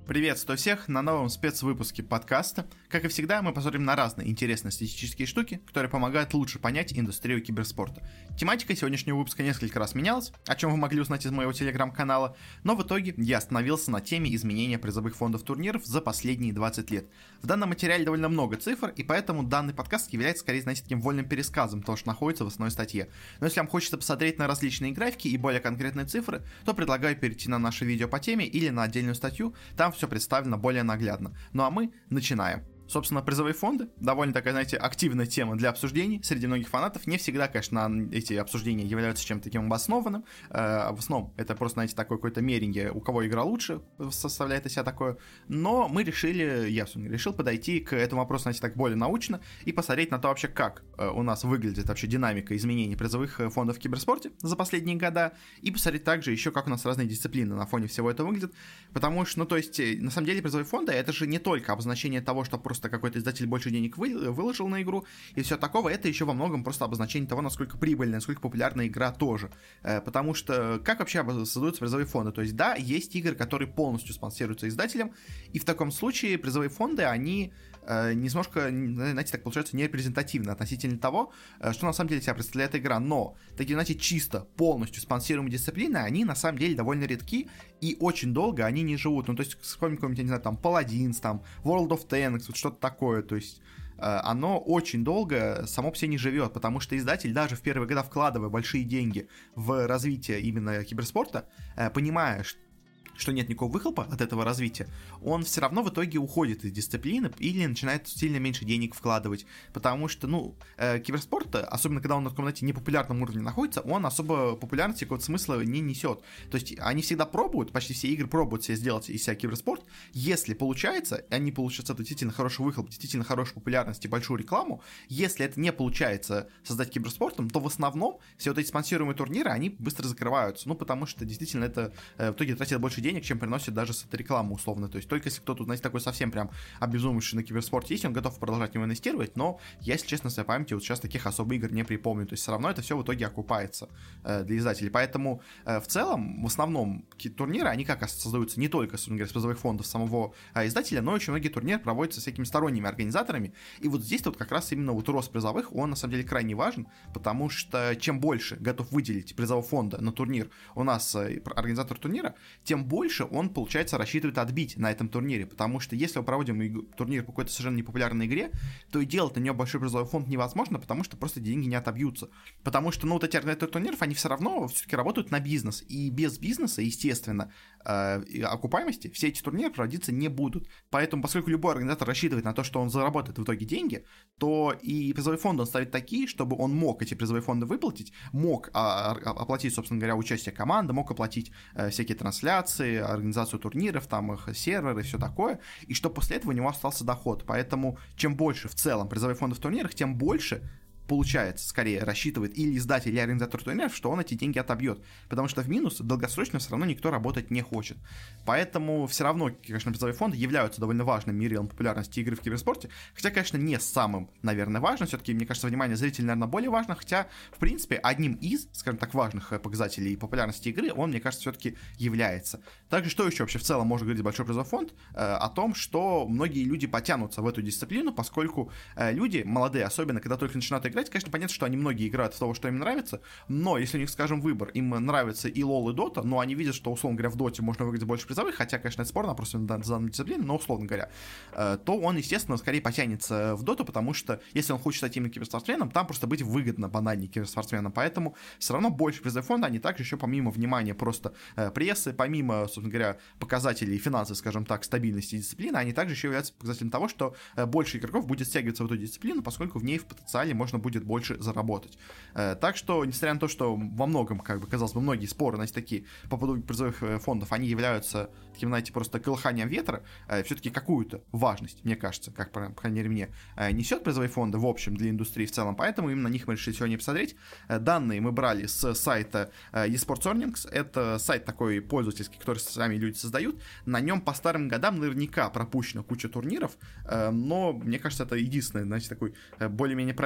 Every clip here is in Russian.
Приветствую всех на новом спецвыпуске подкаста. Как и всегда, мы посмотрим на разные интересные статистические штуки, которые помогают лучше понять индустрию киберспорта. Тематика сегодняшнего выпуска несколько раз менялась, о чем вы могли узнать из моего телеграм-канала, но в итоге я остановился на теме изменения призовых фондов турниров за последние 20 лет. В данном материале довольно много цифр, и поэтому данный подкаст является скорее, знаете, таким вольным пересказом того, что находится в основной статье. Но если вам хочется посмотреть на различные графики и более конкретные цифры, то предлагаю перейти на наше видео по теме или на отдельную статью, там все представлено более наглядно. Ну а мы начинаем. Собственно, призовые фонды — довольно такая, знаете, активная тема для обсуждений среди многих фанатов. Не всегда, конечно, эти обсуждения являются чем-то таким обоснованным. В основном это просто, знаете, такое какое-то мерение, у кого игра лучше составляет из себя такое. Но мы решили, я решил подойти к этому вопросу, знаете, так более научно и посмотреть на то вообще, как у нас выглядит вообще динамика изменений призовых фондов в киберспорте за последние года, и посмотреть также еще, как у нас разные дисциплины на фоне всего этого выглядят. Потому что, на самом деле призовые фонды — это же не только обозначение того, что просто какой-то издатель больше денег выложил на игру и все такого, это еще во многом просто обозначение того, насколько прибыльная, насколько популярна игра тоже. Потому что как вообще создаются призовые фонды? То есть да, есть игры, которые полностью спонсируются издателем, и в таком случае призовые фонды, они немножко, знаете, так получается, нерепрезентативно относительно того, что на самом деле себя представляет игра. Но такие, знаете, чисто полностью спонсируемые дисциплины, они на самом деле довольно редки, и очень долго они не живут. Ну, то есть, вспомним какой-нибудь, я не знаю, там, Paladins, там, World of Tanks, вот что-то такое, то есть оно очень долго само по себе не живет, потому что издатель, даже в первые года вкладывая большие деньги в развитие именно киберспорта, понимая, что нет никакого выхлопа от этого развития, он все равно в итоге уходит из дисциплины или начинает сильно меньше денег вкладывать, потому что, киберспорт, особенно когда он на таком, знаете, непопулярном уровне находится, он особо популярности какого-то смысла не несет. То есть они всегда пробуют, почти все игры пробуют себе сделать из себя киберспорт. Если получается, и они получат это действительно хороший выхлоп, действительно хорошую популярность и большую рекламу, если это не получается создать киберспортом, то в основном все вот эти спонсируемые турниры, они быстро закрываются, потому что действительно это в итоге тратит больше денег, чем приносит даже с этой рекламы условно. То есть только если кто-то, знаете, такой совсем прям обезумевший на киберспорте есть, он готов продолжать в него инвестировать, но я, если честно, в своей памяти вот сейчас таких особо игр не припомню. То есть все равно это все в итоге окупается для издателей. Поэтому в целом, в основном турниры, они как создаются не только с призовых фондов самого издателя, но очень многие турниры проводятся всякими сторонними организаторами. И вот здесь вот как раз именно вот рост призовых, он на самом деле крайне важен, потому что чем больше готов выделить призового фонда на турнир у нас организатор турнира, тем больше он, получается, рассчитывает отбить на этом турнире, потому что если мы проводим турнир по какой-то совершенно непопулярной игре, то и делать на нее большой призовой фонд невозможно, потому что просто деньги не отобьются. Потому что, вот эти организаторы турниров, они все равно все-таки работают на бизнес, и без бизнеса, естественно, окупаемости все эти турниры проводиться не будут. Поэтому, поскольку любой организатор рассчитывает на то, что он заработает в итоге деньги, то и призовые фонды он ставит такие, чтобы он мог эти призовые фонды выплатить, мог оплатить, собственно говоря, участие команды, мог оплатить всякие трансляции, организацию турниров, там их серверы и все такое, и что после этого у него остался доход. Поэтому чем больше в целом призовые фонды в турнирах, тем больше получается, скорее рассчитывает или издатель, или организатор турниров, что он эти деньги отобьет. Потому что в минус долгосрочно все равно никто работать не хочет. Поэтому все равно, конечно, призовые фонды являются довольно важным мерилом популярности игры в киберспорте. Хотя, конечно, не самым, наверное, важным. Все-таки, мне кажется, внимание зрителя, наверное, более важно. Хотя, в принципе, одним из, скажем так, важных показателей популярности игры он, мне кажется, все-таки является. Также, что еще вообще в целом может говорить большой призовой фонд? О том, что многие люди потянутся в эту дисциплину, поскольку люди молодые, особенно когда только начинают играть, конечно, понятно, что они многие играют в то, что им нравится, но если у них, скажем, выбор, им нравится и LoL, и Dota, но они видят, что, условно говоря, в Dota можно выиграть больше призовых, хотя, конечно, это спорно, просто за данную дисциплину, но, условно говоря, то он, естественно, скорее потянется в Dota, потому что, если он хочет стать именно киберспортсменом, там просто быть выгодно банальнее киберспортсменом, поэтому все равно больше призовых фонда, они также еще помимо внимания просто прессы, помимо, собственно говоря, показателей финансовой, скажем так, стабильности дисциплины, они также еще являются показателем того, что больше игроков будет стягиваться в эту дисциплину, поскольку в ней в потенциале можно будет больше заработать. Так что, несмотря на то, что во многом, казалось бы, многие споры, знаете, такие по поводу призовых фондов, они являются таким, знаете, просто колыханием ветра, все-таки какую-то важность, мне кажется, как, по крайней мере, мне, несет призовые фонды в общем для индустрии в целом, поэтому именно на них мы решили сегодня посмотреть. Данные мы брали с сайта eSports Earnings, это сайт такой пользовательский, который сами люди создают, на нем по старым годам наверняка пропущена куча турниров, но, мне кажется, это единственный, знаете, такой более-менее проверенный источник,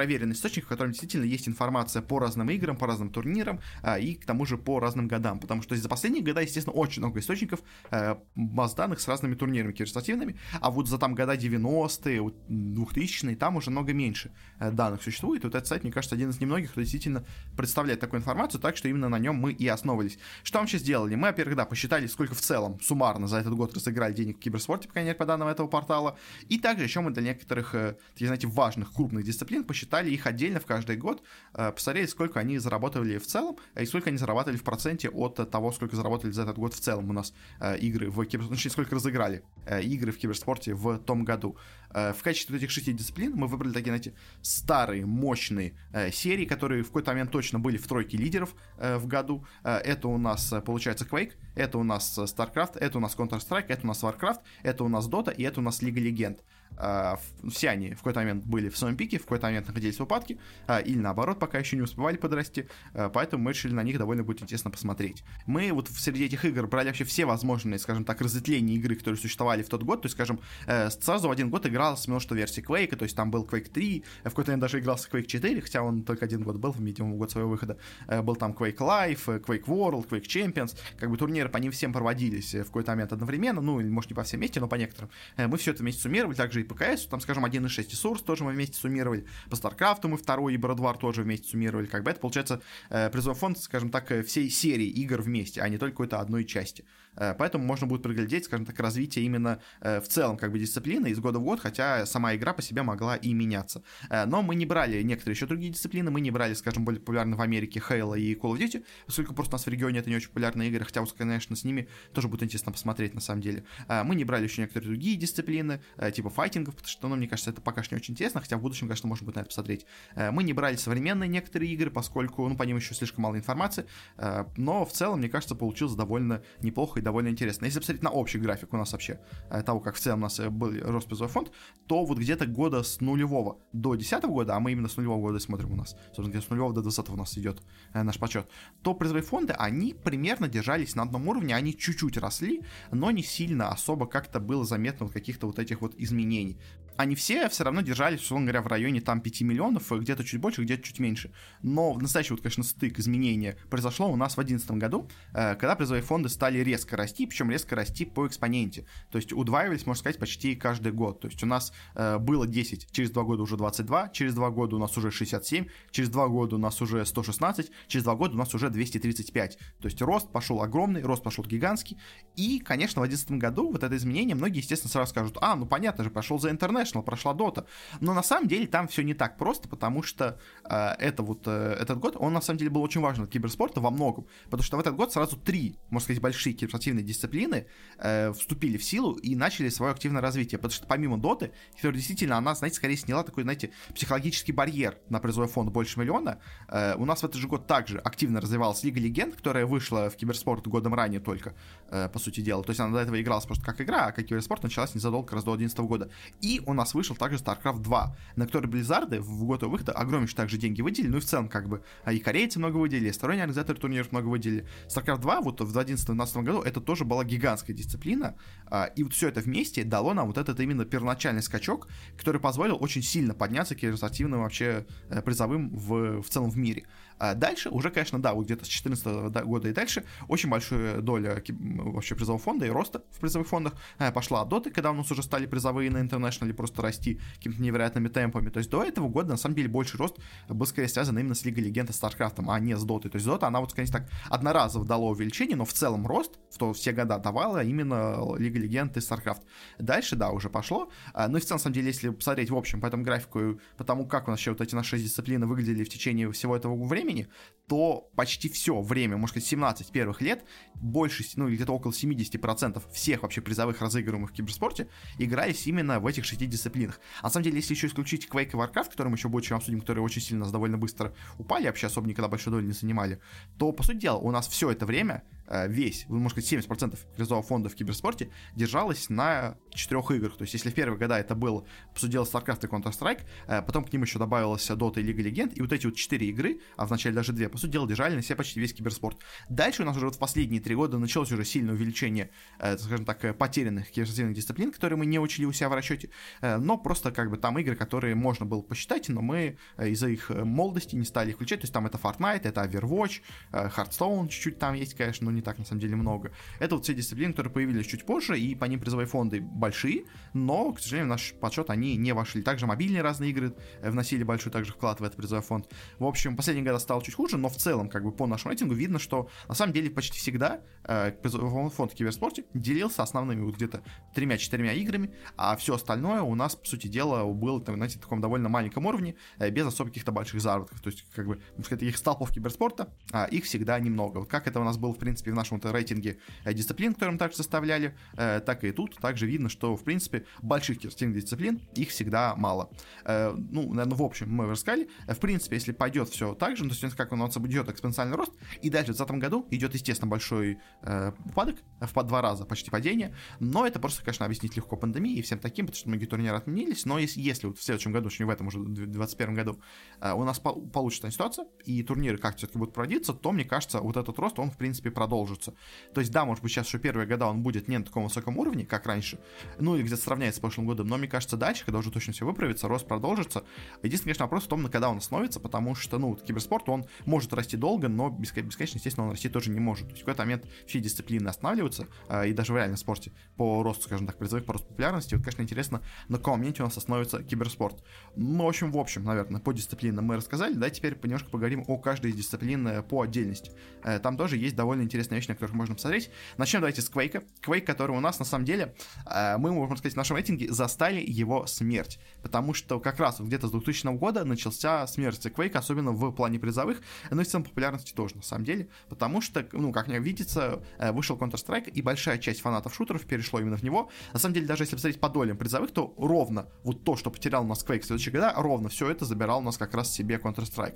источник, в котором действительно есть информация по разным играм, по разным турнирам и к тому же по разным годам, потому что за последние года, естественно, очень много источников, баз данных с разными турнирами киберспортивными, а вот за там года 90-е, 2000-е, там уже много меньше данных существует, и вот этот сайт, мне кажется, один из немногих, кто действительно представляет такую информацию, так что именно на нем мы и основывались. Что мы сейчас сделали? Мы, во-первых, да, посчитали, сколько в целом суммарно за этот год разыграли денег в киберспорте, по крайней мере, по данным этого портала, и также еще мы для некоторых, таких, знаете, важных, крупных дисциплин посчитали их отдельно в каждый год, посмотрели, сколько они заработали в целом, и сколько они зарабатывали в проценте от того, сколько заработали за этот год в целом у нас игры в киберспорте, сколько разыграли игры в киберспорте в том году. В качестве этих 6 дисциплин мы выбрали такие, знаете, старые, мощные серии, которые в какой-то момент точно были в тройке лидеров в году. Это у нас, получается, Quake, это у нас StarCraft, это у нас Counter-Strike, это у нас Warcraft, это у нас Dota и это у нас Лига Легенд. Все они в какой-то момент были в своем пике, в какой-то момент находились в упадке, или наоборот, пока еще не успевали подрасти, поэтому мы решили на них довольно будет интересно посмотреть. Мы вот среди этих игр брали вообще все возможные, скажем так, разветвления игры, которые существовали в тот год, то есть, скажем, сразу в один год игралось множество версий Quake, то есть там был Quake 3, в какой-то момент даже игрался Quake 4, хотя он только один год был, видимо, в год своего выхода, был там Quake Live, Quake World, Quake Champions, как бы турниры по ним всем проводились в какой-то момент одновременно, ну, или, может, не по всем вместе, но по некоторым. Мы все это вместе суммировали, также и по КС, там, скажем, 1.6 и Source тоже мы вместе суммировали, по StarCraft мы второй и Broadwar тоже вместе суммировали, как бы это получается призовой фонд, скажем так, всей серии игр вместе, а не только какой-то одной части. Поэтому можно будет проглядеть, скажем так, развитие именно в целом как бы дисциплины из года в год, хотя сама игра по себе могла и меняться. Но мы не брали некоторые еще другие дисциплины, мы не брали, скажем, более популярные в Америке Halo и Call of Duty, поскольку просто у нас в регионе это не очень популярные игры, хотя, конечно, с ними тоже будет интересно посмотреть на самом деле. Мы не брали еще некоторые другие дисциплины, типа файтингов, потому что, ну, мне кажется, это пока что не очень интересно, хотя в будущем, конечно, можно будет на это посмотреть. Мы не брали современные некоторые игры, поскольку, ну, по ним еще слишком мало информации, но в целом, мне кажется, получилось довольно неплохо и довольно интересно. Если посмотреть на общий график у нас вообще, того, как в целом у нас был рост призовой фонд, то вот где-то года с нулевого до 10-го года, а мы именно с нулевого года смотрим у нас, собственно говоря, с нулевого до 20-го у нас идет наш подсчет, то призовые фонды, они примерно держались на одном уровне, они чуть-чуть росли, но не сильно особо как-то было заметно вот каких-то вот этих вот изменений. Они все равно держались, условно говоря, в районе там 5 миллионов, где-то чуть больше, где-то чуть меньше. Но настоящий вот, конечно, стык изменения произошло у нас в 2011 году, когда призовые фонды стали резко расти, причем резко расти по экспоненте. То есть удваивались, можно сказать, почти каждый год. То есть у нас было 10, через 2 года уже 22, через 2 года у нас уже 67, через 2 года у нас уже 116, через 2 года у нас уже 235. То есть рост пошел огромный, рост пошел гигантский. И, конечно, в 2011 году вот это изменение многие, естественно, сразу скажут: ну понятно же, пошел за International, прошла Dota. Но на самом деле там все не так просто, потому что этот год, он на самом деле был очень важен для киберспорта во многом, потому что в этот год сразу 3, можно сказать, большие киберспортивные дисциплины вступили в силу и начали свое активное развитие, потому что помимо Доты, которая действительно, она, знаете, скорее сняла такой, знаете, психологический барьер на призовой фонд больше миллиона, у нас в этот же год также активно развивалась Лига Легенд, которая вышла в киберспорт годом ранее только, по сути дела, то есть она до этого игралась просто как игра, а как киберспорт началась незадолго как раз до 2011 года. И у нас вышел также StarCraft 2, на который Blizzard в год его выхода огромнейшие также деньги выделили, ну и в целом как бы и корейцы много выделили, и сторонние организаторы турниров много выделили. StarCraft 2 вот в 2011-2012 году это тоже была гигантская дисциплина, и вот все это вместе дало нам вот этот именно первоначальный скачок, который позволил очень сильно подняться к киберспортивным вообще призовым в целом в мире. Дальше уже, конечно, да, вот где-то с 2014 года и дальше очень большая доля вообще призового фонда и роста в призовых фондах пошла от Доты, когда у нас уже стали призовые на International просто расти какими-то невероятными темпами. То есть до этого года, на самом деле, больший рост был скорее связан именно с Лигой Легенд и StarCraft, а не с Дотой. То есть Дота, она вот, скорее так, одноразово дала увеличение, но в целом рост в все года давала именно Лига Легенд и StarCraft. Дальше, да, уже пошло. Ну и в целом, на самом деле, если посмотреть в общем по этому графику, по тому, как у нас еще вот эти наши 6 дисциплины выглядели в течение всего этого времени, то почти все время, можно сказать, 17 первых лет, больше, ну, где-то около 70% всех вообще призовых разыгрываемых в киберспорте игрались именно в этих 6 дисциплинах. А на самом деле, если еще исключить Quake и Warcraft, которые мы еще больше обсудим, которые очень сильно нас довольно быстро упали, вообще особо никогда большой доли не занимали, то, по сути дела, у нас все это время весь, можно сказать, 70% призового фонда в киберспорте держалось на 4 играх. То есть, если в первые года это было, по сути дела, StarCraft и Counter-Strike, потом к ним еще добавилась Dota и League of Legends, и вот эти вот 4 игры, а вначале даже 2, по сути дела, держали на себя почти весь киберспорт. Дальше у нас уже вот в последние 3 года началось уже сильное увеличение, скажем так, потерянных киберспортивных дисциплин, которые мы не учили у себя в расчете, но просто как бы там игры, которые можно было посчитать, но мы из-за их молодости не стали их включать. То есть там это Fortnite, это Overwatch, Hearthstone чуть-чуть там есть, конечно, но не так на самом деле много. Это вот все дисциплины, которые появились чуть позже, и по ним призовые фонды большие, но, к сожалению, в наш подсчет они не вошли. Также мобильные разные игры вносили большой также вклад в этот призовой фонд. В общем, последние годы стало чуть хуже, но в целом, как бы по нашему рейтингу видно, что на самом деле почти всегда призовой фонд в киберспорте делился основными вот где-то 3-4 играми, а все остальное у нас, по сути дела, было, знаете, в таком довольно маленьком уровне, без особо каких-то больших заработков. То есть, как бы, можно сказать, таких столпов киберспорта, их всегда немного. Вот как это у нас было, в принципе, в нашем рейтинге дисциплин, которые мы также составляли, так и тут также видно, что, в принципе, больших киберспортивных дисциплин, их всегда мало. Ну, наверное, в общем, мы уже сказали, в принципе, если пойдет все так же, то есть, как у нас идет экспоненциальный рост, и дальше в 2020 году идет, естественно, большой упадок, в 2 раза почти падение, но это просто, конечно, объяснить легко пандемией и всем таким, потому что многие турниры отменились, но если вот в следующем году, не в этом уже, в 2021 году, у нас получится ситуация, и турниры как-то все-таки будут проводиться, то, мне кажется, вот этот рост, он, в принципе, продолжится. То есть, да, может быть, сейчас еще первые года он будет не на таком высоком уровне, как раньше, ну, или где-то сравняется с прошлым годом, но, мне кажется, дальше, когда уже точно все выправится, рост продолжится. Единственный, конечно, вопрос в том, на когда он остановится, потому что, ну, киберспорт, он может расти долго, но бесконечно, естественно, он расти тоже не может. То есть, в какой-то момент все дисциплины останавливаются, и даже в реальном спорте по росту, скажем так, призовых, по росту популярности. Вот, конечно, интересно, на каком моменте у нас остановится киберспорт. Ну, в общем, наверное, по дисциплинам мы рассказали. Да, теперь немножко поговорим о каждой из дисциплин по отдельности. Там тоже есть довольно интересные вещи, на которых можно посмотреть. Начнем давайте с Quake. Quake, который у нас, на самом деле, мы, можно сказать, в нашем рейтинге застали его смерть. Потому что как раз где-то с 2000 года начался смерть Quake, особенно в плане призовых, но и в целом популярности тоже, на самом деле. Потому что, ну, как мне видится, вышел Counter-Strike, и большая часть фанатов шутеров перешло именно в него. На самом деле, даже если посмотреть по долям призовых, то ровно вот то, что потерял у нас Quake в следующие года, ровно все это забирал у нас как раз себе Counter-Strike.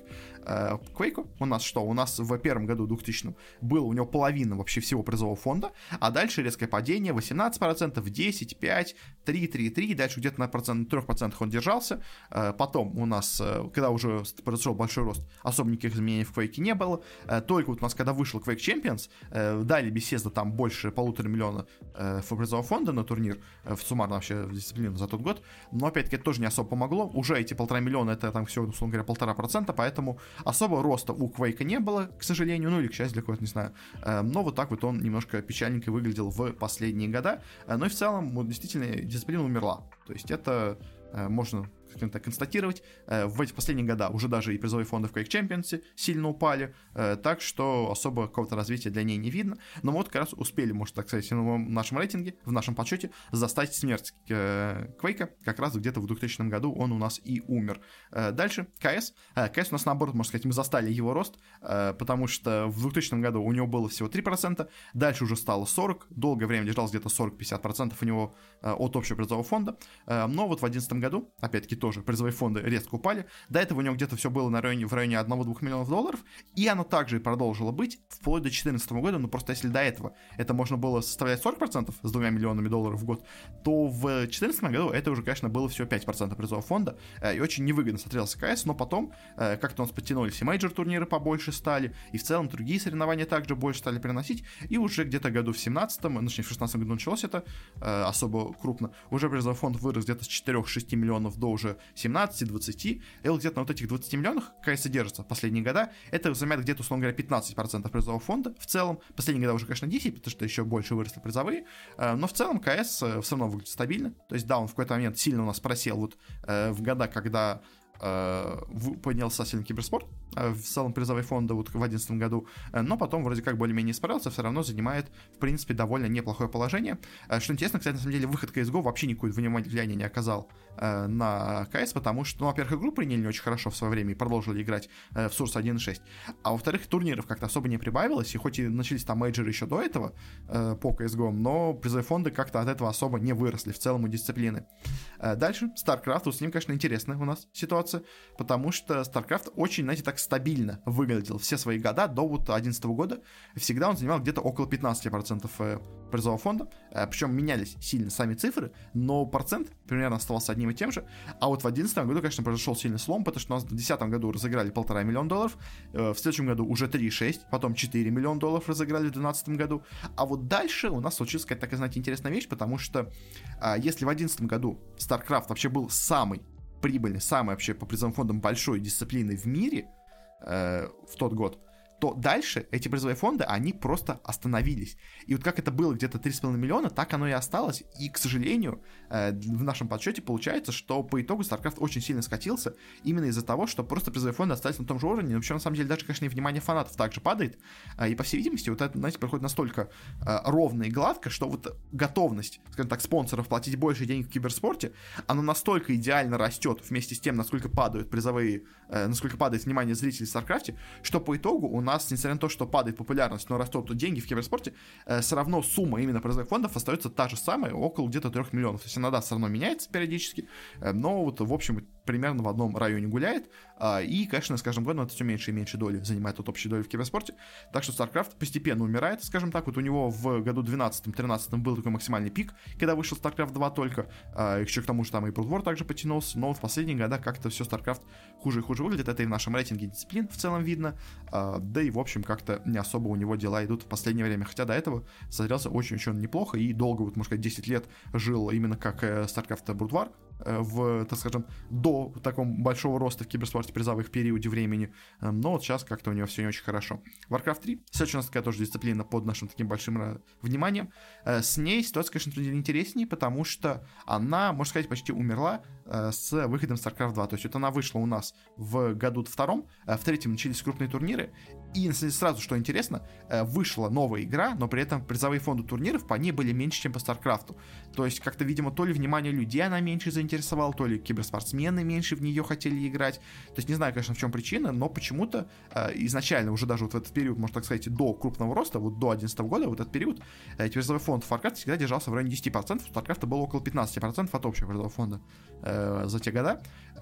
Quake у нас что? У нас в первом году, 2000-м, было у него половина вообще всего призового фонда, а дальше резкое падение, 18%, 10, 5, 3, 3, 3, дальше где-то на 3% он держался. Потом у нас, когда уже произошел большой рост, особо никаких изменений в Quake не было. Только вот у нас, когда вышел Quake Champions, дали Bethesda там больше 1,5 миллиона призового фонда на турнир, в суммарно вообще в дисциплину за тот год, но опять-таки это тоже не особо помогло. Уже эти 1,5 миллиона, это там всего, условно говоря, 1,5%, поэтому особо роста у Quake не было, к сожалению, ну или к счастью для кого-то, не знаю. Но вот так вот он немножко печальненько выглядел в последние года. Но и в целом, вот, действительно, дисциплина умерла. То есть это можно как-то констатировать. В эти последние года уже даже и призовые фонды в Quake Champions сильно упали, так что особо какого-то развития для ней не видно. Но мы вот как раз успели, можно так сказать, в нашем рейтинге, в нашем подсчете застать смерть Quake. Как раз где-то в 2000 году он у нас и умер. Дальше CS. CS у нас, наоборот, можно сказать, мы застали его рост, потому что в 2000 году у него было всего 3%, дальше уже стало 40%, долгое время держалось где-то 40-50% у него от общего призового фонда. Но вот в 2011 году, опять-таки, тоже призовые фонды резко упали. До этого у него где-то все было в районе 1-2 миллионов долларов, и оно также и продолжило быть вплоть до 2014 года, но просто если до этого это можно было составлять 40% с 2 миллионами долларов в год, то в 2014 году это уже, конечно, было всего 5% призового фонда, и очень невыгодно смотрелся КС, но потом как-то у нас подтянулись и мейджор-турниры побольше стали, и в целом другие соревнования также больше стали приносить, и уже где-то году в 17-м, точнее в 16 году началось это особо крупно, уже призовой фонд вырос где-то с 4-6 миллионов до уже 17-20, и вот где-то на вот этих 20 миллионах КС держится в последние года. Это занимает где-то, условно говоря, 15% призового фонда. В целом, в последние года уже, конечно, 10, потому что еще больше выросли призовые, но в целом КС все равно выглядит стабильно. То есть, да, он в какой-то момент сильно у нас просел вот в года, когда поднялся сильно киберспорт, в целом призовые фонды вот в 2011 году, но потом вроде как более-менее справился, все равно занимает, в принципе, довольно неплохое положение. Что интересно, кстати, на самом деле, выход CSGO вообще никакое влияние не оказал на CS, потому что, ну, во-первых, игру приняли не очень хорошо в свое время и продолжили играть в Source 1.6, а во-вторых, турниров как-то особо не прибавилось, и хоть и начались там мейджоры еще до этого по CSGO, но призовые фонды как-то от этого особо не выросли в целом у дисциплины. Дальше, StarCraft, вот с ним, конечно, интересная у нас ситуация, потому что StarCraft очень, знаете, так стабильно выглядел все свои года до вот 2011 года. Всегда он занимал где-то около 15% призового фонда. Причем менялись сильно сами цифры, но процент примерно оставался одним и тем же. А вот в 2011 году, конечно, произошел сильный слом, потому что у нас в 2010 году разыграли $1,5 миллиона, в следующем году уже 3,6, потом $4 миллиона разыграли в 2012 году. А вот дальше у нас случилась какая-то такая, знаете, интересная вещь, потому что если в 2011 году StarCraft вообще был самый прибыльный, самый вообще по призовым фондам большой дисциплиной в мире в тот год, то дальше эти призовые фонды, они просто остановились. И вот как это было где-то 3,5 миллиона, так оно и осталось. И, к сожалению, в нашем подсчете получается, что по итогу StarCraft очень сильно скатился именно из-за того, что просто призовые фонды остались на том же уровне. Но причем, на самом деле, даже, конечно, и внимание фанатов также падает. И, по всей видимости, вот это, знаете, проходит настолько ровно и гладко, что вот готовность, скажем так, спонсоров платить больше денег в киберспорте, она настолько идеально растет вместе с тем, насколько падают призовые, насколько падает внимание зрителей в StarCraft, что по итогу у нас, несмотря на то, что падает популярность, но растут деньги в киберспорте, все равно сумма именно призовых фондов остается та же самая, около где-то 3 миллионов. То есть иногда все равно меняется периодически, но вот в общем примерно в одном районе гуляет, и, конечно, с каждым годом это все меньше и меньше доли занимает от общей доли в киберспорте, так что StarCraft постепенно умирает, скажем так. Вот у него в году 12-13 был такой максимальный пик, когда вышел StarCraft 2 только, еще к тому же там и Brood War также потянулся, но в последние года как-то все StarCraft хуже и хуже выглядит, это и в нашем рейтинге дисциплин в целом видно, да и в общем как-то не особо у него дела идут в последнее время, хотя до этого смотрелся очень-очень неплохо и долго, вот можно сказать, 10 лет жил именно как StarCraft Brood War, в, так скажем, до такого большого роста в киберспорте призовых периоде времени, но вот сейчас как-то у него все не очень хорошо. Warcraft 3, кстати, у нас такая тоже дисциплина под нашим таким большим вниманием. С ней ситуация, конечно, интереснее, потому что она, можно сказать, почти умерла с выходом StarCraft 2, то есть вот она вышла у нас в году втором, в третьем начались крупные турниры, и сразу, что интересно, вышла новая игра, но при этом призовые фонды турниров по ней были меньше, чем по StarCraft. То есть как-то, видимо, то ли внимание людей она меньше заинтересовала, то ли киберспортсмены меньше в нее хотели играть. То есть не знаю, конечно, в чем причина, но почему-то изначально, уже даже вот в этот период, можно так сказать, до крупного роста, вот до 2011 года, вот этот период, призовой фонд в Warcraft всегда держался в районе 10%, у StarCraft было около 15% от общего призового фонда за те года.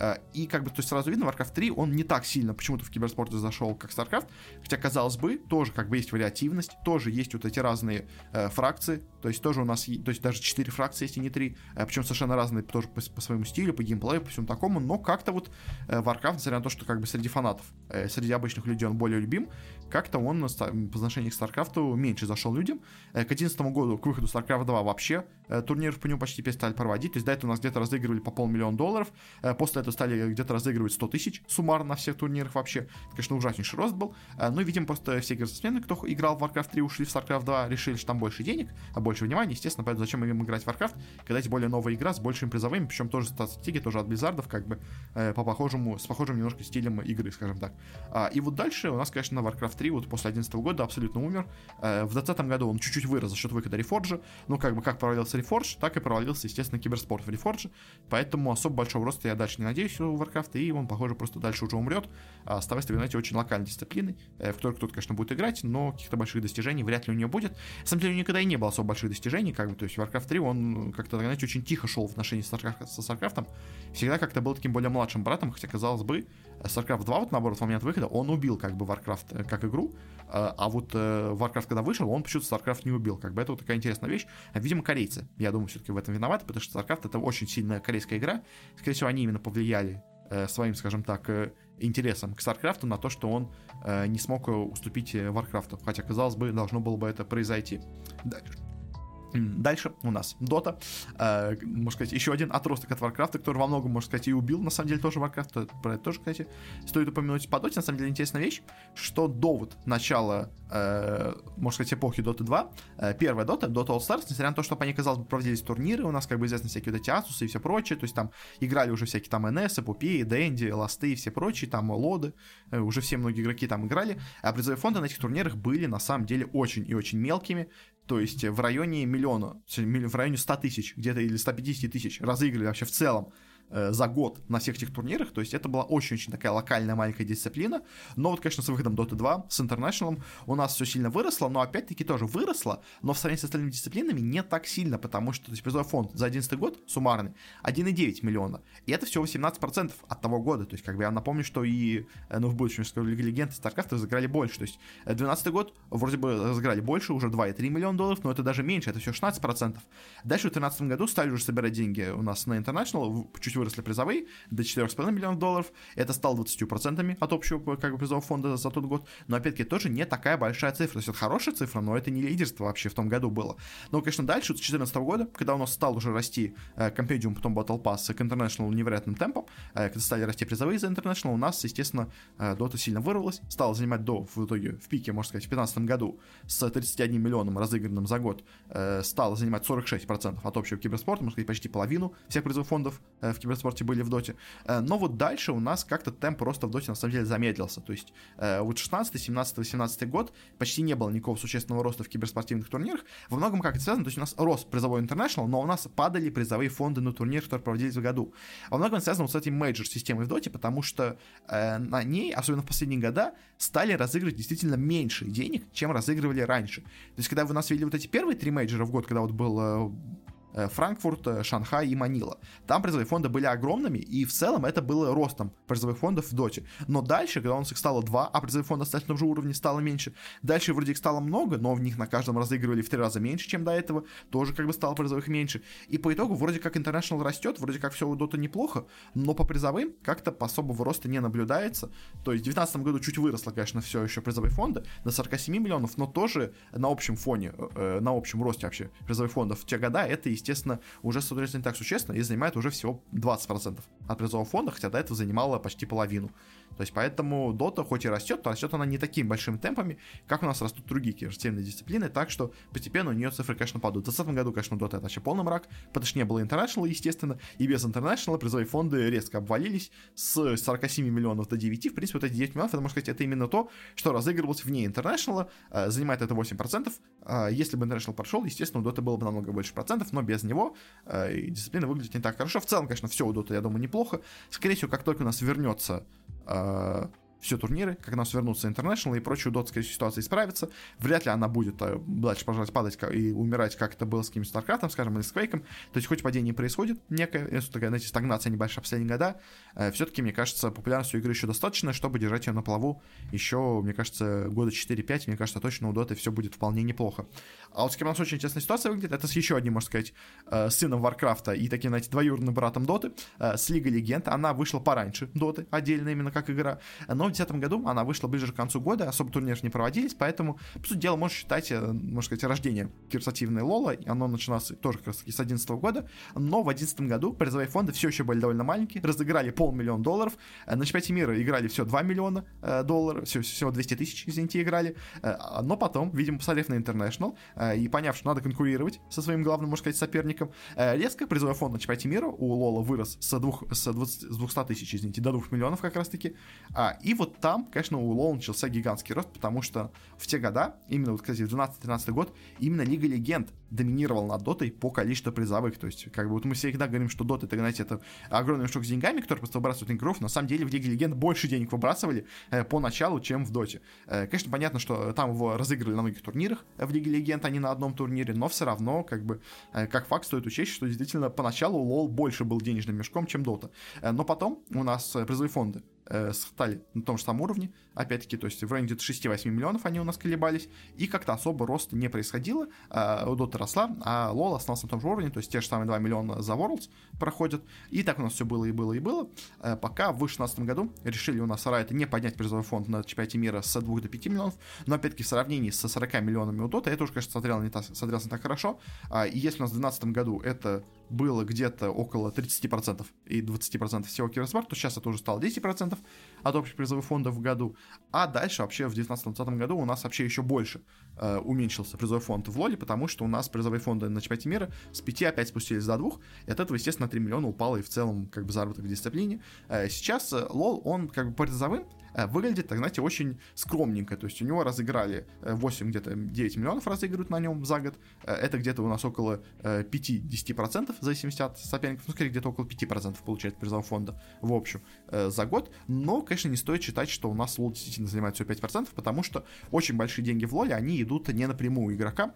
И как бы, то есть сразу видно, Warcraft 3, он не так сильно почему-то в киберспорте зашел, как StarCraft, хотя, казалось бы, тоже как бы есть вариативность, тоже есть вот эти разные фракции, то есть тоже у нас, то есть даже 4 фракции есть и не 3, причем совершенно разные тоже по своему стилю, по геймплею, по всему такому, но как-то вот Warcraft, несмотря на то, что как бы среди фанатов, среди обычных людей он более любим, как-то он по отношению к StarCraft меньше зашел людям. К 2011 году, к выходу StarCraft 2 вообще турниров по нему почти перестали проводить, то есть до этого у нас где-то разыгрывали по $500 000, после этого стали где-то разыгрывать 100 тысяч суммарно на всех турнирах вообще. Это, конечно, ужаснейший рост был, но, видимо, просто все киберспортсмены, кто играл в Warcraft 3, ушли в StarCraft 2, решили, что там больше денег, больше внимания, естественно, поэтому зачем им играть в Warcraft, когда есть более новая игра с большими призовыми, причем тоже стратегия, тоже от Blizzard'ов, как бы с похожим немножко стилем игры, скажем так. И вот дальше у нас, конечно, Warcraft 3 вот после 2011 года абсолютно умер. В 2020 году он чуть-чуть вырос за счет выхода Reforge, ну, как бы как провалился Reforge, так и провалился, естественно, киберспорт в Reforge, поэтому особо большого роста я дальше не надеюсь у Warcraft, и он, похоже, просто дальше уже умрет, оставаясь, знаете, очень локальной дисциплиной, в которой кто-то, конечно, будет играть, но каких-то больших достижений вряд ли у нее будет. На самом деле, у нее никогда и не было особо больших достижений, как бы, то есть Warcraft 3, он как-то, знаете, очень тихо шел в отношении со StarCraft, всегда как-то был таким более младшим братом, хотя, казалось бы, StarCraft 2, вот наоборот, в момент выхода, он убил как бы Warcraft как игру, а вот Warcraft, когда вышел, он почему-то StarCraft не убил, как бы это вот такая интересная вещь. Видимо, корейцы, я думаю, все-таки в этом виноваты, потому что StarCraft — это очень сильная корейская игра, скорее всего, они именно повлияли своим, скажем так, интересом к StarCraft на то, что он не смог уступить Warcraft, хотя, казалось бы, должно было бы это произойти. Дальше у нас Dota, можно сказать, еще один отросток от Warcraft, который во многом, можно сказать, и убил, на самом деле, тоже Warcraft, про это тоже, кстати, стоит упомянуть. По Dota, на самом деле, интересная вещь, что до вот начала, можно сказать, эпохи Dota 2, первая Dota All Stars, несмотря на то, что по ней, казалось бы, проводились турниры, у нас, как бы, известны всякие вот эти Asus и все прочее, то есть там играли уже всякие там NS, Эпопеи, Дэнди, Ласты и все прочие, там Лоды, уже все многие игроки там играли, а призовые фонды на этих турнирах были, на самом деле, очень и очень мелкими, то есть в районе миллиона, в районе 100 тысяч, где-то или 150 тысяч разыграли вообще в целом за год на всех этих турнирах, то есть это была очень-очень такая локальная маленькая дисциплина, но вот, конечно, с выходом Dota 2, с International у нас все сильно выросло, но опять-таки тоже выросло, но в сравнении с остальными дисциплинами не так сильно, потому что призовой фонд за 2011 год суммарный 1,9 миллиона, и это всего 17% от того года, то есть как бы я напомню, что и в будущем Лига Легенд и StarCraft разыграли больше, то есть 2012 год вроде бы разыграли больше, уже 2,3 миллиона долларов, но это даже меньше, это все 16%. Дальше в 2013 году стали уже собирать деньги у нас на International, чуть выросли призовые до 4,5 миллионов долларов, это стало 20% от общего как бы призового фонда за тот год, но опять-таки тоже не такая большая цифра, то есть это хорошая цифра, но это не лидерство вообще в том году было. Но, конечно, дальше, с 2014 года, когда у нас стал уже расти Compendium, потом Battle Pass к International невероятным темпом, когда стали расти призовые за International, у нас, естественно, Dota сильно вырвалась, стала занимать в итоге в пике, можно сказать, в 2015 году с 31 миллионом разыгранным за год, стала занимать 46% от общего киберспорта, можно сказать, почти половину всех призовых фондов в киберспорте были в Доте. Но вот дальше у нас как-то темп роста в Доте на самом деле замедлился, то есть вот 16, 17, 18 год почти не было никакого существенного роста в киберспортивных турнирах, во многом как это связано, то есть у нас рос призовой International, но у нас падали призовые фонды на турнирах, которые проводились в году. Во многом это связано вот с этой мейджор-системой в Доте, потому что на ней, особенно в последние года, стали разыгрывать действительно меньше денег, чем разыгрывали раньше. То есть, когда вы нас видели вот эти первые 3 мейджора в год, когда вот был Франкфурт, Шанхай и Манила. Там призовые фонды были огромными, и в целом это было ростом призовых фондов в Доте. Но дальше, когда у нас их стало 2, а призовых фондов остались на том же уровне, стало меньше. Дальше вроде их стало много, но в них на каждом разыгрывали в 3 раза меньше, чем до этого. Тоже как бы стало призовых меньше. И по итогу вроде как International растет, вроде как все у Дота неплохо, но по призовым как-то особого роста не наблюдается. То есть в 2019 году чуть выросло, конечно, все еще призовые фонды до 47 миллионов, но тоже на общем фоне, на общем росте вообще призовых фондов в те года это, естественно, уже смотрится не так существенно и занимает уже всего 20% от призового фонда, хотя до этого занимала почти половину. То есть поэтому Dota хоть и растет, то растет она не такими большими темпами, как у нас растут другие киберспортивные дисциплины, так что постепенно у нее цифры, конечно, падают. В 2020 году, конечно, Dota это вообще полный мрак, потому что не было International, естественно, и без International призовые фонды резко обвалились с 47 миллионов до 9. В принципе, вот эти 9 миллионов, это, можно сказать, это именно то, что разыгрывалось вне International, занимает это 8%. Если бы International прошел, естественно, у Dota было бы намного больше процентов, но без него дисциплина выглядит не так хорошо. В целом, конечно, все у Dota, я думаю, неплохо. Скорее всего, как только у нас вернется все турниры, как у нас вернутся International и прочую дотскую ситуацию исправится, вряд ли она будет дальше продолжать падать и умирать, как это было с каким-то StarCraft'ом, скажем, или с Quake'ом. То есть хоть падение происходит некая, такая, знаете, стагнация небольшая в последние года, все-таки, мне кажется, популярность у игры еще достаточно, чтобы держать ее на плаву еще, мне кажется, года 4-5, мне кажется, точно у Доты все будет вполне неплохо. А вот с кем у нас очень интересная ситуация выглядит, это с еще одним, можно сказать, сыном Варкрафта и таким, знаете, двоюродным братом Доты, с Лига Легенд. Она вышла пораньше Доты, отдельно именно как игра, но в 2010 году она вышла ближе к концу года, особо турниры не проводились, поэтому, по сути дела, можно считать, можно сказать, рождение киберспортивной Лола, оно начиналось тоже как раз таки с 2011 года, но в 2011 году призовые фонды все еще были довольно маленькие, разыграли $500 000, на чемпионате мира играли всего $2 миллиона, всего 200 тысяч, извините, играли, но потом, видимо, посмотрев на International и поняв, что надо конкурировать со своим главным, можно сказать, соперником, резко призовой фонд на чемпионате мира у Лола вырос с 200 тысяч, извините, до 2 миллионов как раз таки, и вот там, конечно, у Лола начался гигантский рост, потому что в те года, именно, вот, кстати, в 12-13 год, именно Лига Легенд доминировал над Дотой по количеству призовых, то есть, как бы, вот мы всегда говорим, что Дота, это, знаете, это огромный мешок с деньгами, который просто выбрасывают игроков, на самом деле в Лиге Легенд больше денег выбрасывали по началу, чем в Доте. Конечно, понятно, что там его разыгрывали на многих турнирах в Лиге Легенд, а не на одном турнире, но все равно, как бы, как факт стоит учесть, что действительно поначалу Лол больше был денежным мешком, чем Дота. Но потом у нас призовые фонды стали на том же самом уровне, опять-таки, то есть в районе где-то 6-8 миллионов они у нас колебались, и как-то особо роста не происходило, у Dota росла, а LoL остался на том же уровне, то есть те же самые 2 миллиона за Worlds проходят, и так у нас все было и было и было, пока в 2016 году решили у нас Riot не поднять призовой фонд на чемпионате мира с 2 до 5 миллионов, но опять-таки в сравнении со 40 миллионами у Dota это уже, конечно, смотрелось не так хорошо, и если у нас в 2012 году это было где-то около 30% и 20% всего киберспорта, то сейчас это уже стало 10% от общих призовых фондов в году, а дальше вообще в 2019-2020 году у нас вообще еще больше уменьшился призовой фонд в Лоле, потому что у нас призовые фонды на чемпионате мира с 5 опять спустились до 2, и от этого, естественно, 3 миллиона упало и в целом как бы заработок в дисциплине. Сейчас Лол, он как бы по призовым выглядит, так знаете, очень скромненько. То есть у него разыграли 8, где-то 9 миллионов разыгрывают на нем за год. Это где-то у нас около 5-10%, в зависимости от соперников. Ну, скорее, где-то около 5% получает призового фонда в общем за год. Но, конечно, не стоит считать, что у нас лол действительно занимает всего 5%, потому что очень большие деньги в лоле, они идут не напрямую игрокам,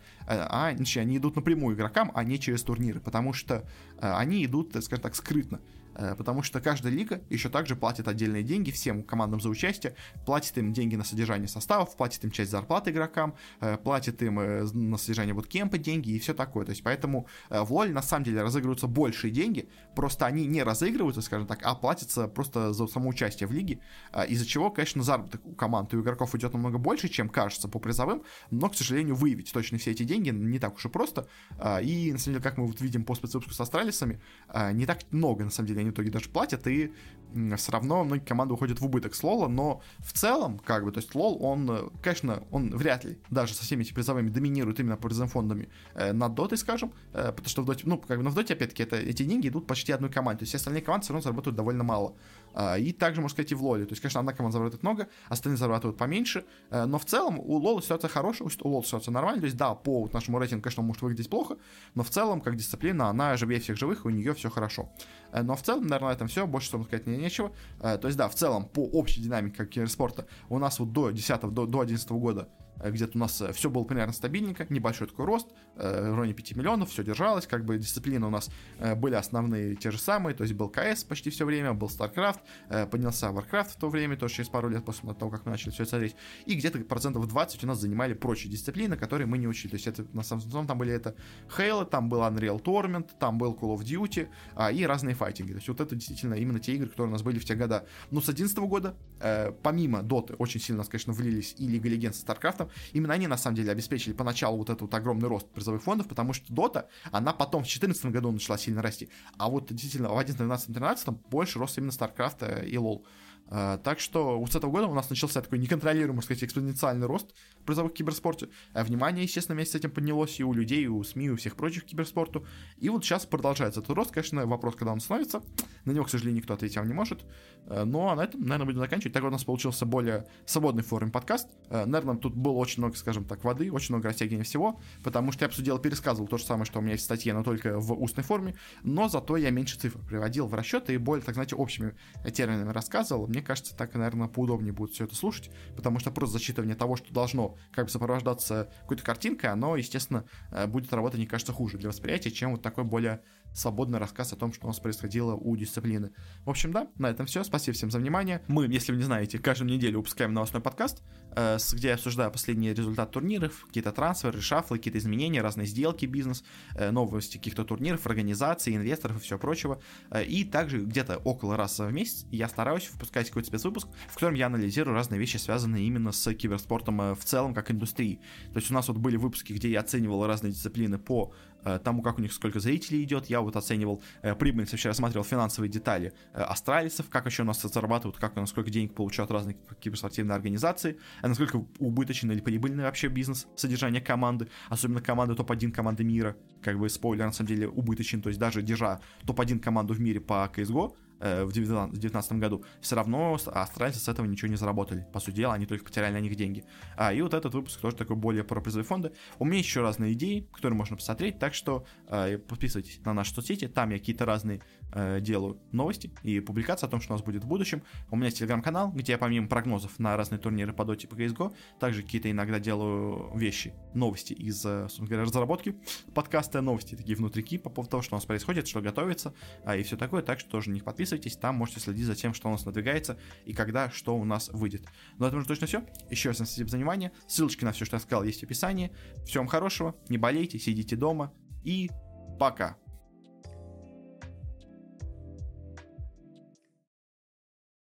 они идут напрямую игрокам, а не через турниры, потому что они идут, скажем так, скрытно. Потому что каждая лига еще также платит отдельные деньги всем командам за участие, платит им деньги на содержание составов, платит им часть зарплаты игрокам, платит им на содержание буткемпа деньги и все такое. То есть поэтому в LoL на самом деле разыгрываются большие деньги, просто они не разыгрываются, скажем так, а платятся просто за само участие в лиге, из-за чего, конечно, заработок у команд и у игроков идет намного больше, чем кажется по призовым, но, к сожалению, выявить точно все эти деньги не так уж и просто, и, на самом деле, как мы вот видим по спецвыпуску с Астралисами, не так много, на самом деле, они в итоге даже платят, и все равно многие команды уходят в убыток с лола, но в целом, как бы, то есть лол, он, конечно, он вряд ли даже со всеми этими призовыми доминирует именно по призовым фондами над дотой, скажем, потому что в доте, ну, как бы, но в доте, опять-таки, эти деньги идут почти одной команде, то есть все остальные команды все равно зарабатывают довольно мало. И также, можно сказать, и в лоле, то есть, конечно, одна команда зарабатывает много, остальные зарабатывают поменьше, но в целом у лола ситуация хорошая, у лола ситуация нормальная, то есть, да, по нашему рейтингу, конечно, он может выглядеть плохо, но в целом, как дисциплина, она живее всех живых, и у нее все хорошо. Но в целом, наверное, на этом все, больше что сказать мне нечего. То есть, да, в целом, по общей динамике киберспорта у нас вот до 11 года где-то у нас все было примерно стабильненько, небольшой такой рост, в районе 5 миллионов, все держалось, как бы дисциплины у нас были основные те же самые, то есть был КС почти все время, был StarCraft, поднялся Warcraft в то время, тоже через пару лет после того, как мы начали все это смотреть, и где-то 20% у нас занимали прочие дисциплины, которые мы не учили, то есть это на самом деле там были это Halo, там был Unreal Tournament, там был Call of Duty и разные файтинги, то есть вот это действительно именно те игры, которые у нас были в те года. Но с 2011 года, помимо Доты, очень сильно нас, конечно, влились и Лига Легенд с StarCraft. Именно они, на самом деле, обеспечили поначалу вот этот вот огромный рост призовых фондов, потому что Дота, она потом в 2014 году начала сильно расти, а вот действительно в 2011, 2012, 2013 больше рос именно StarCraft и LoL. Так что вот с этого года у нас начался такой неконтролируемый, можно сказать, экспоненциальный рост в призовых в киберспорте. Внимание, естественно, вместе с этим поднялось и у людей, и у СМИ, и у всех прочих к киберспорту. И вот сейчас продолжается этот рост. Конечно, вопрос, когда он становится, на него, к сожалению, никто ответить вам не может. Но на этом, наверное, будем заканчивать. Так вот у нас получился более свободный форум подкаст. Наверное, тут было очень много, скажем так, воды, очень много растягивания всего, потому что я обсудил, пересказывал то же самое, что у меня есть в статье, но только в устной форме, но зато я меньше цифр приводил в расчеты и более, так знаете, общими терминами рассказывал. Мне кажется, так, наверное, поудобнее будет все это слушать, потому что просто зачитывание того, что должно как бы сопровождаться какой-то картинкой, оно, естественно, будет работать, мне кажется, хуже для восприятия, чем вот такой более свободный рассказ о том, что у нас происходило у дисциплины. В общем, да, на этом все. Спасибо всем за внимание. Мы, если вы не знаете, каждую неделю выпускаем новостной подкаст, где я обсуждаю последние результаты турниров, какие-то трансферы, шафлы, какие-то изменения, разные сделки, бизнес, новости каких-то турниров, организаций, инвесторов и всего прочего. И также где-то около раз в месяц я стараюсь выпускать какой-то спецвыпуск, в котором я анализирую разные вещи, связанные именно с киберспортом в целом, как индустрией. То есть у нас вот были выпуски, где я оценивал разные дисциплины по тому, как у них сколько зрителей идет. Я вот оценивал прибыльность, вообще рассматривал финансовые детали астралисов, как еще у нас зарабатывают, как у нас сколько денег получают разные киберспортивные организации, насколько убыточный или прибыльный вообще бизнес содержания команды, особенно команды топ-1 команды мира, как бы спойлер, на самом деле убыточен, то есть даже держа топ-1 команду в мире по CSGO, в 2019 году, все равно астральцы с этого ничего не заработали. По сути дела, они только потеряли на них деньги. И вот этот выпуск тоже такой более про призовые фонды. У меня еще разные идеи, которые можно посмотреть, так что подписывайтесь на наши соцсети, там я какие-то разные делаю новости и публикации о том, что у нас будет в будущем. У меня есть телеграм-канал, где я помимо прогнозов на разные турниры по Доте и по CSGO, также какие-то иногда делаю вещи, новости из, собственно говоря, разработки подкаста, новости такие внутрики по поводу того, что у нас происходит, что готовится, и все такое, так что тоже на них подписывайтесь, там можете следить за тем, что у нас надвигается и когда что у нас выйдет. На этом уже точно все. Еще раз спасибо за внимание. Ссылочки на все, что я сказал, есть в описании. Всем хорошего, не болейте, сидите дома и пока.